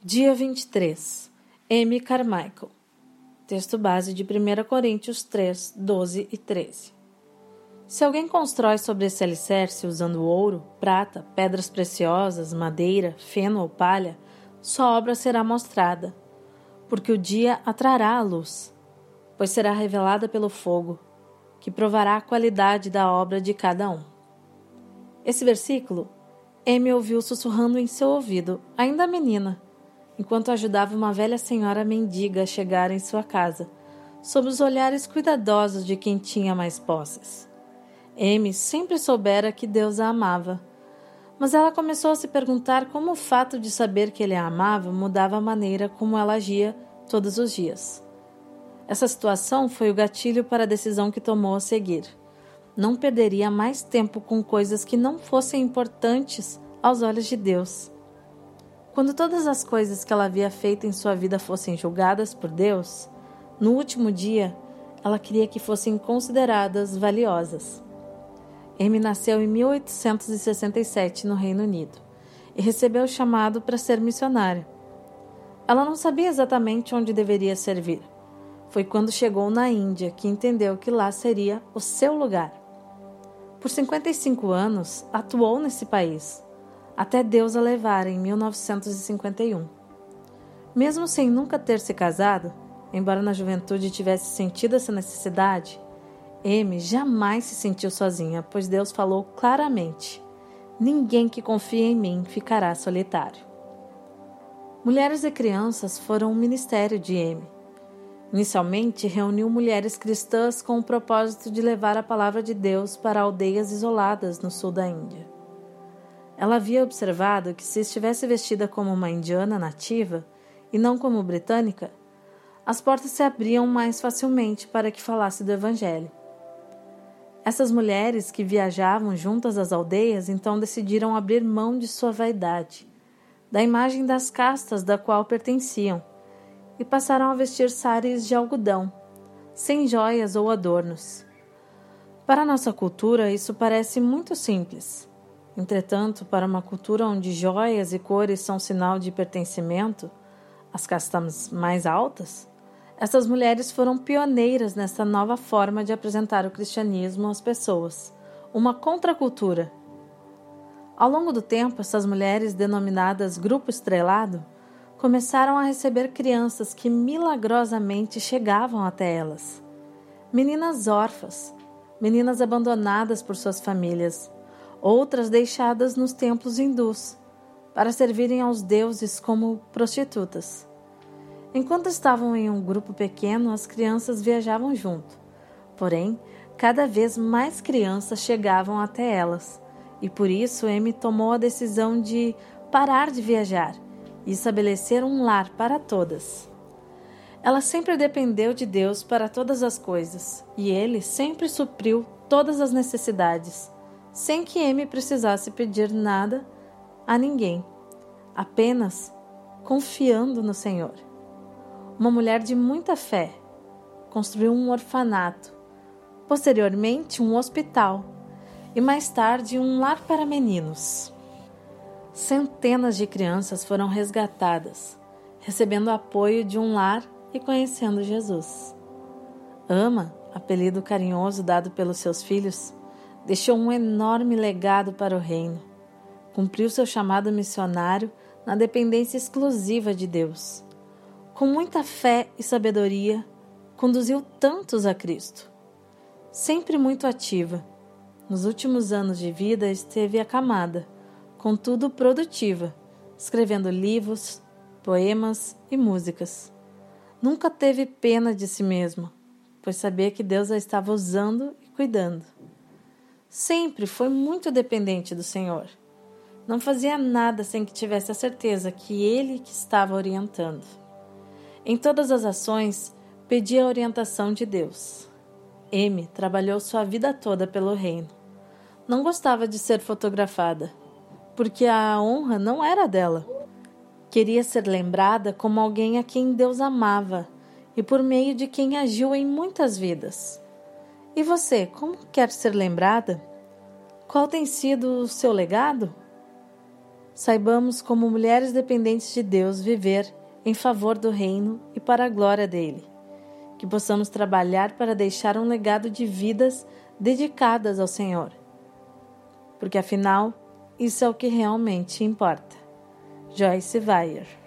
Dia 23. M. Carmichael. Texto base de 1 Coríntios 3, 12 e 13. Se alguém constrói sobre esse alicerce usando ouro, prata, pedras preciosas, madeira, feno ou palha, sua obra será mostrada, porque o dia atrará a luz, pois será revelada pelo fogo, que provará a qualidade da obra de cada um. Esse versículo, M ouviu sussurrando em seu ouvido, ainda menina, enquanto ajudava uma velha senhora mendiga a chegar em sua casa, sob os olhares cuidadosos de quem tinha mais posses. M sempre soubera que Deus a amava, mas ela começou a se perguntar como o fato de saber que ele a amava mudava a maneira como ela agia todos os dias. Essa situação foi o gatilho para a decisão que tomou a seguir. Não perderia mais tempo com coisas que não fossem importantes aos olhos de Deus. Quando todas as coisas que ela havia feito em sua vida fossem julgadas por Deus, no último dia, ela queria que fossem consideradas valiosas. M nasceu em 1867 no Reino Unido e recebeu o chamado para ser missionária. Ela não sabia exatamente onde deveria servir. Foi quando chegou na Índia que entendeu que lá seria o seu lugar. Por 55 anos, atuou nesse país, até Deus a levar em 1951. Mesmo sem nunca ter se casado, embora na juventude tivesse sentido essa necessidade, M jamais se sentiu sozinha, pois Deus falou claramente: ninguém que confia em mim ficará solitário. Mulheres e crianças foram um ministério de M. Inicialmente, reuniu mulheres cristãs com o propósito de levar a palavra de Deus para aldeias isoladas no sul da Índia. Ela havia observado que se estivesse vestida como uma indiana nativa e não como britânica, as portas se abriam mais facilmente para que falasse do Evangelho. Essas mulheres que viajavam juntas às aldeias então decidiram abrir mão de sua vaidade, da imagem das castas da qual pertenciam, e passaram a vestir saris de algodão, sem joias ou adornos. Para a nossa cultura, isso parece muito simples. Entretanto, para uma cultura onde joias e cores são sinal de pertencimento, as castas mais altas, essas mulheres foram pioneiras nessa nova forma de apresentar o cristianismo às pessoas, uma contracultura. Ao longo do tempo, essas mulheres, denominadas Grupo Estrelado, começaram a receber crianças que milagrosamente chegavam até elas. Meninas órfãs, meninas abandonadas por suas famílias, outras deixadas nos templos hindus, para servirem aos deuses como prostitutas. Enquanto estavam em um grupo pequeno, as crianças viajavam junto. Porém, cada vez mais crianças chegavam até elas, e por isso M tomou a decisão de parar de viajar e estabelecer um lar para todas. Ela sempre dependeu de Deus para todas as coisas, e Ele sempre supriu todas as necessidades, sem que M precisasse pedir nada a ninguém, apenas confiando no Senhor. Uma mulher de muita fé, construiu um orfanato, posteriormente um hospital e mais tarde um lar para meninos. Centenas de crianças foram resgatadas, recebendo o apoio de um lar e conhecendo Jesus. Ama, apelido carinhoso dado pelos seus filhos, deixou um enorme legado para o reino. Cumpriu seu chamado missionário na dependência exclusiva de Deus. Com muita fé e sabedoria, conduziu tantos a Cristo. Sempre muito ativa, nos últimos anos de vida esteve acamada, contudo produtiva, escrevendo livros, poemas e músicas. Nunca teve pena de si mesma, pois sabia que Deus a estava usando e cuidando. Sempre foi muito dependente do Senhor. Não fazia nada sem que tivesse a certeza que Ele que estava orientando. Em todas as ações, pedia a orientação de Deus. M trabalhou sua vida toda pelo reino. Não gostava de ser fotografada, porque a honra não era dela. Queria ser lembrada como alguém a quem Deus amava e por meio de quem agiu em muitas vidas. E você, como quer ser lembrada? Qual tem sido o seu legado? saibamos, como mulheres dependentes de Deus, viver em favor do reino e para a glória dele. Que possamos trabalhar para deixar um legado de vidas dedicadas ao Senhor. Porque afinal, isso é o que realmente importa. Joyce Meyer.